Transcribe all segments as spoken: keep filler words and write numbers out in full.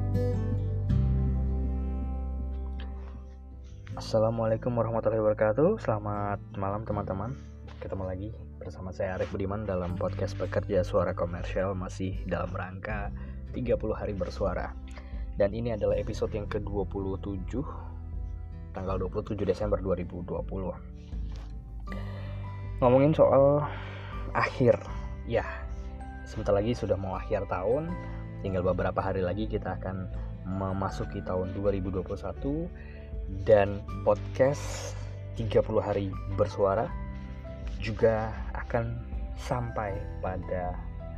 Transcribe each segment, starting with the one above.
Assalamualaikum warahmatullahi wabarakatuh. Selamat malam teman-teman. Ketemu lagi bersama saya Arif Budiman dalam podcast Pekerja Suara Komersial, masih dalam rangka tiga puluh hari bersuara. Dan ini adalah episode yang ke dua puluh tujuh, tanggal dua puluh tujuh Desember dua ribu dua puluh. Ngomongin soal akhir. Ya, sebentar lagi sudah mau akhir tahun. Tinggal beberapa hari lagi kita akan memasuki tahun dua ribu dua puluh satu. Dan podcast tiga puluh hari bersuara juga akan sampai pada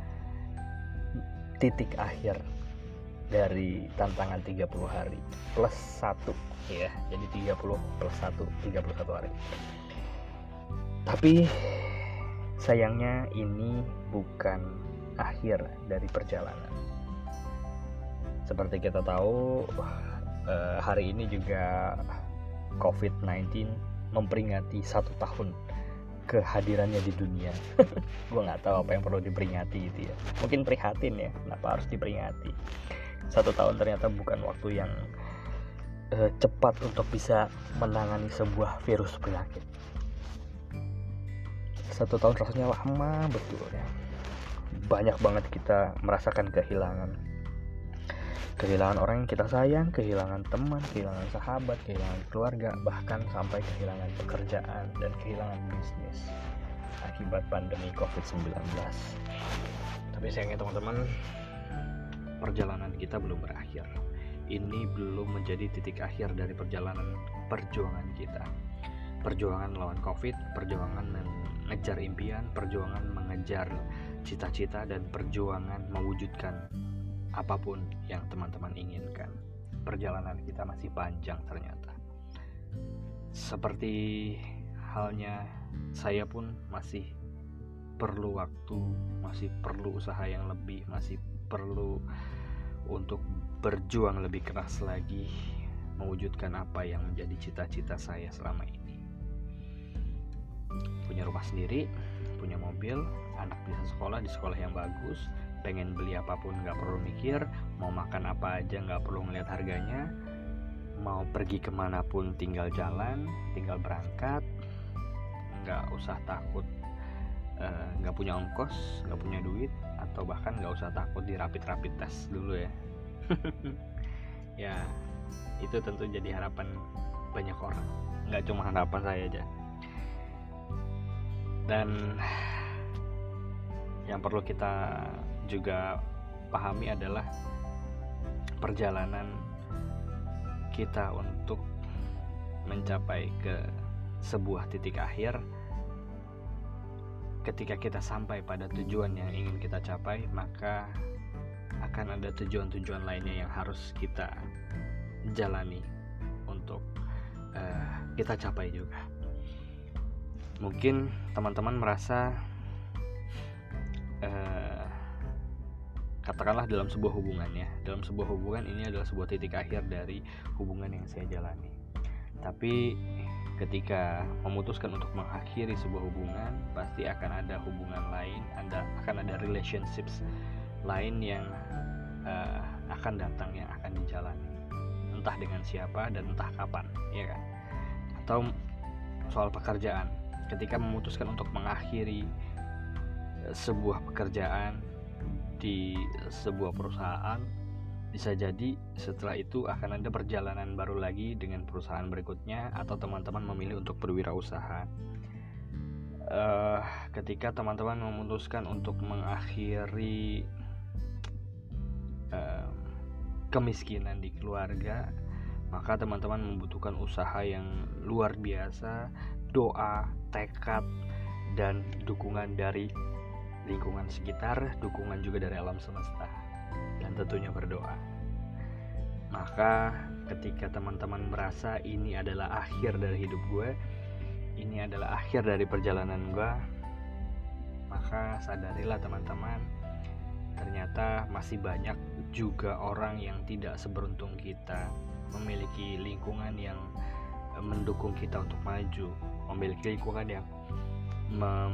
titik akhir dari tantangan tiga puluh hari plus satu ya. Jadi tiga puluh plus satu, tiga puluh satu hari. Tapi sayangnya ini bukan akhir dari perjalanan. Seperti kita tahu, Uh, hari ini juga covid sembilan belas memperingati satu tahun kehadirannya di dunia. Gue nggak tahu apa yang perlu diperingati itu ya. Mungkin prihatin ya, kenapa harus diperingati. Satu tahun ternyata bukan waktu yang uh, cepat untuk bisa menangani sebuah virus penyakit. Satu tahun rasanya lama betul ya. Banyak banget kita merasakan kehilangan. Kehilangan orang yang kita sayang, kehilangan teman, kehilangan sahabat, kehilangan keluarga, bahkan sampai kehilangan pekerjaan dan kehilangan bisnis akibat pandemi covid sembilan belas. Tapi sayangnya teman-teman, perjalanan kita belum berakhir. Ini belum menjadi titik akhir dari perjalanan perjuangan kita. Perjuangan melawan covid, perjuangan mengejar impian, perjuangan mengejar cita-cita, dan perjuangan mewujudkan apapun yang teman-teman inginkan. Perjalanan kita masih panjang ternyata. Seperti halnya saya pun masih perlu waktu, masih perlu usaha yang lebih, masih perlu untuk berjuang lebih keras lagi mewujudkan apa yang menjadi cita-cita saya selama ini. Punya rumah sendiri, punya mobil, anak bisa sekolah di sekolah yang bagus, pengen beli apapun gak perlu mikir, mau makan apa aja gak perlu ngeliat harganya, mau pergi kemanapun tinggal jalan, tinggal berangkat, gak usah takut uh, gak punya ongkos, gak punya duit, atau bahkan gak usah takut di rapid-rapid test dulu ya. Ya, itu tentu jadi harapan banyak orang, gak cuma harapan saya aja. Dan yang perlu kita juga pahami adalah perjalanan kita untuk mencapai ke sebuah titik akhir. Ketika kita sampai pada tujuan yang ingin kita capai, maka akan ada tujuan-tujuan lainnya yang harus kita jalani untuk uh, kita capai juga. Mungkin teman-teman merasa uh, katakanlah dalam sebuah hubungan ya, dalam sebuah hubungan ini adalah sebuah titik akhir dari hubungan yang saya jalani. Tapi ketika memutuskan untuk mengakhiri sebuah hubungan, pasti akan ada hubungan lain, ada akan ada relationships lain yang uh, akan datang, yang akan dijalani, entah dengan siapa dan entah kapan, ya kan? Atau soal pekerjaan, ketika memutuskan untuk mengakhiri sebuah pekerjaan di sebuah perusahaan, bisa jadi setelah itu akan ada perjalanan baru lagi dengan perusahaan berikutnya, atau teman-teman memilih untuk berwirausaha. Uh, ketika teman-teman memutuskan untuk mengakhiri uh, kemiskinan di keluarga, maka teman-teman membutuhkan usaha yang luar biasa, doa, tekad, dan dukungan dari lingkungan sekitar, dukungan juga dari alam semesta, dan tentunya berdoa. Maka ketika teman-teman merasa ini adalah akhir dari hidup gue, ini adalah akhir dari perjalanan gue, maka sadarilah teman-teman, ternyata masih banyak juga orang yang tidak seberuntung kita, memiliki lingkungan yang mendukung kita untuk maju, memiliki lingkungan yang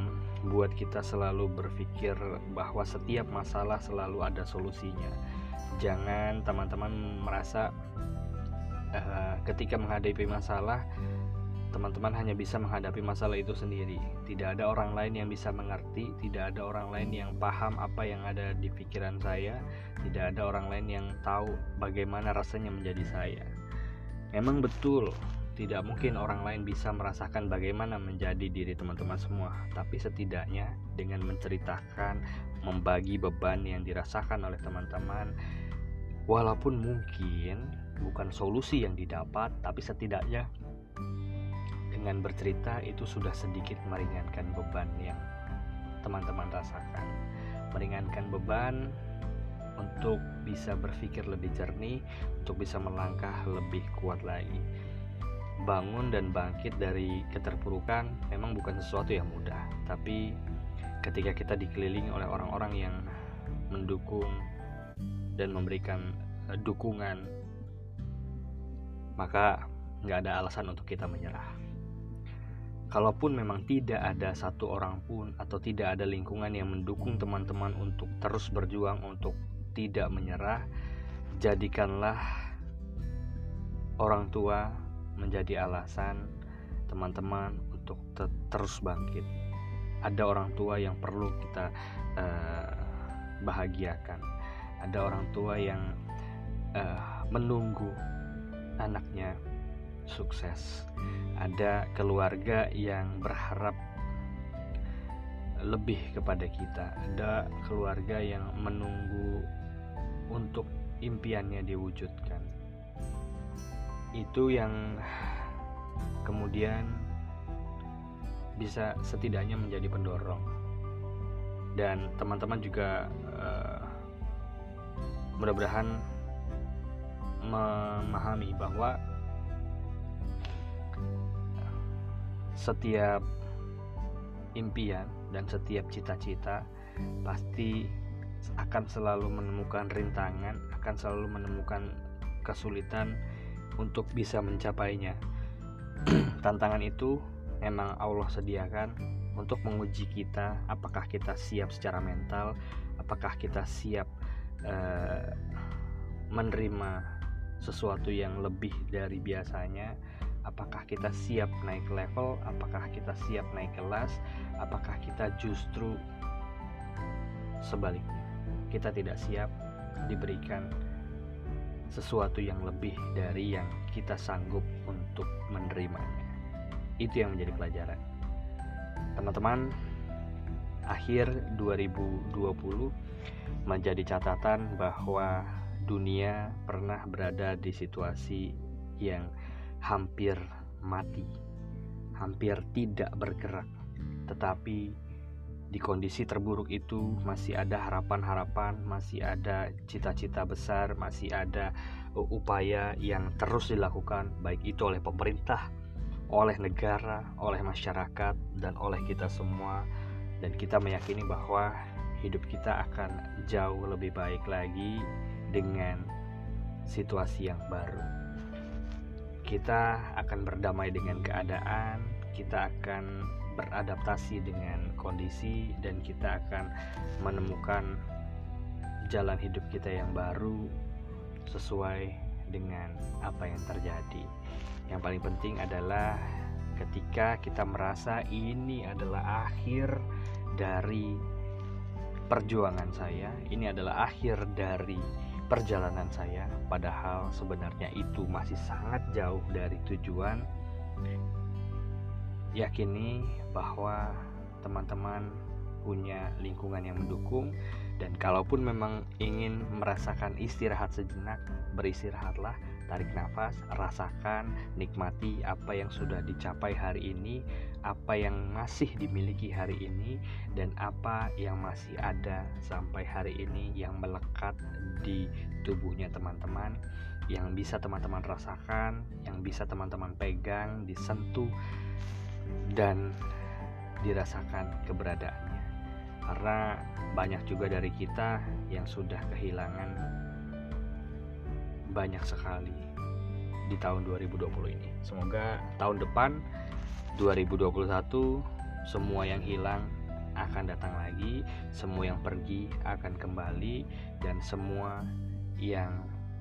membuat kita selalu berpikir bahwa setiap masalah selalu ada solusinya, Jangan teman-teman merasa uh, ketika menghadapi masalah, teman-teman hanya bisa menghadapi masalah itu sendiri. Tidak ada orang lain yang bisa mengerti, tidak ada orang lain yang paham apa yang ada di pikiran saya, tidak ada orang lain yang tahu bagaimana rasanya menjadi saya. Memang betul, tidak mungkin orang lain bisa merasakan bagaimana menjadi diri teman-teman semua, tapi setidaknya dengan menceritakan, membagi beban yang dirasakan oleh teman-teman, walaupun mungkin bukan solusi yang didapat, tapi setidaknya dengan bercerita itu sudah sedikit meringankan beban yang teman-teman rasakan. Meringankan beban untuk bisa berpikir lebih jernih, untuk bisa melangkah lebih kuat lagi. Bangun dan bangkit dari keterpurukan memang bukan sesuatu yang mudah, tapi ketika kita dikelilingi oleh orang-orang yang mendukung dan memberikan dukungan, maka nggak ada alasan untuk kita menyerah. Kalaupun memang tidak ada satu orang pun atau tidak ada lingkungan yang mendukung teman-teman untuk terus berjuang, untuk tidak menyerah, jadikanlah orang tua menjadi alasan teman-teman untuk te- terus bangkit. Ada orang tua yang perlu kita uh, bahagiakan. Ada orang tua yang uh, menunggu anaknya sukses. Ada keluarga yang berharap lebih kepada kita. Ada keluarga yang menunggu untuk impiannya diwujudkan. Itu yang kemudian bisa setidaknya menjadi pendorong. Dan teman-teman juga uh, mudah-mudahan memahami bahwa setiap impian dan setiap cita-cita pasti akan selalu menemukan rintangan, akan selalu menemukan kesulitan untuk bisa mencapainya. Tantangan itu memang Allah sediakan untuk menguji kita, apakah kita siap secara mental, apakah kita siap uh, menerima sesuatu yang lebih dari biasanya, apakah kita siap naik level, apakah kita siap naik kelas, apakah kita justru sebaliknya, kita tidak siap diberikan sesuatu yang lebih dari yang kita sanggup untuk menerimanya. Itu yang menjadi pelajaran. Teman-teman, akhir dua ribu dua puluh menjadi catatan bahwa dunia pernah berada di situasi yang hampir mati, hampir tidak bergerak. Tetapi di kondisi terburuk itu masih ada harapan-harapan, masih ada cita-cita besar, masih ada upaya yang terus dilakukan, baik itu oleh pemerintah, oleh negara, oleh masyarakat, dan oleh kita semua. Dan kita meyakini bahwa hidup kita akan jauh lebih baik lagi dengan situasi yang baru. Kita akan berdamai dengan keadaan, kita akan beradaptasi dengan kondisi, dan kita akan menemukan jalan hidup kita yang baru sesuai dengan apa yang terjadi. Yang paling penting adalah ketika kita merasa ini adalah akhir dari perjuangan saya, ini adalah akhir dari perjalanan saya, padahal sebenarnya itu masih sangat jauh dari tujuan. Yakini bahwa teman-teman punya lingkungan yang mendukung, dan kalaupun memang ingin merasakan istirahat sejenak, beristirahatlah, tarik nafas, rasakan, nikmati apa yang sudah dicapai hari ini, apa yang masih dimiliki hari ini, dan apa yang masih ada sampai hari ini yang melekat di tubuhnya teman-teman, yang bisa teman-teman rasakan, yang bisa teman-teman pegang, disentuh, dan dirasakan keberadaannya. Karena banyak juga dari kita yang sudah kehilangan banyak sekali di tahun dua ribu dua puluh ini. Semoga tahun depan dua ribu dua puluh satu semua yang hilang akan datang lagi, semua yang pergi akan kembali, dan semua yang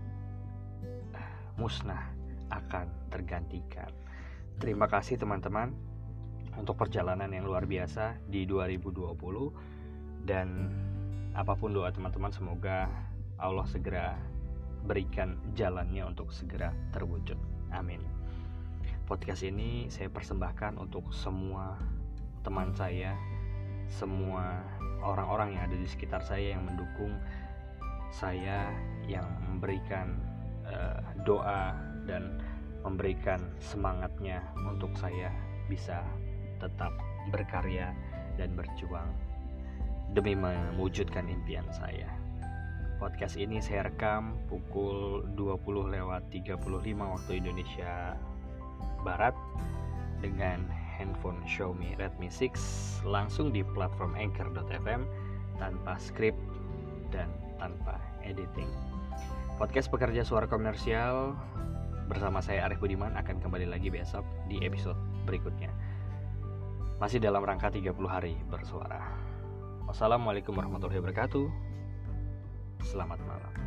musnah akan tergantikan. Terima kasih teman-teman untuk perjalanan yang luar biasa di dua ribu dua puluh, dan apapun doa teman-teman, semoga Allah segera berikan jalannya untuk segera terwujud. Amin. Podcast ini saya persembahkan untuk semua teman saya, semua orang-orang yang ada di sekitar saya yang mendukung saya, yang memberikan uh, doa dan memberikan semangatnya untuk saya bisa tetap berkarya dan berjuang demi mewujudkan impian saya. Podcast ini saya rekam pukul dua puluh lewat tiga puluh lima waktu Indonesia Barat dengan handphone Xiaomi Redmi enam langsung di platform anchor dot f m tanpa skrip dan tanpa editing. Podcast Pekerja Suara Komersial bersama saya Arif Budiman akan kembali lagi besok di episode berikutnya. Masih dalam rangka tiga puluh hari bersuara. Wassalamualaikum warahmatullahi wabarakatuh. Selamat malam.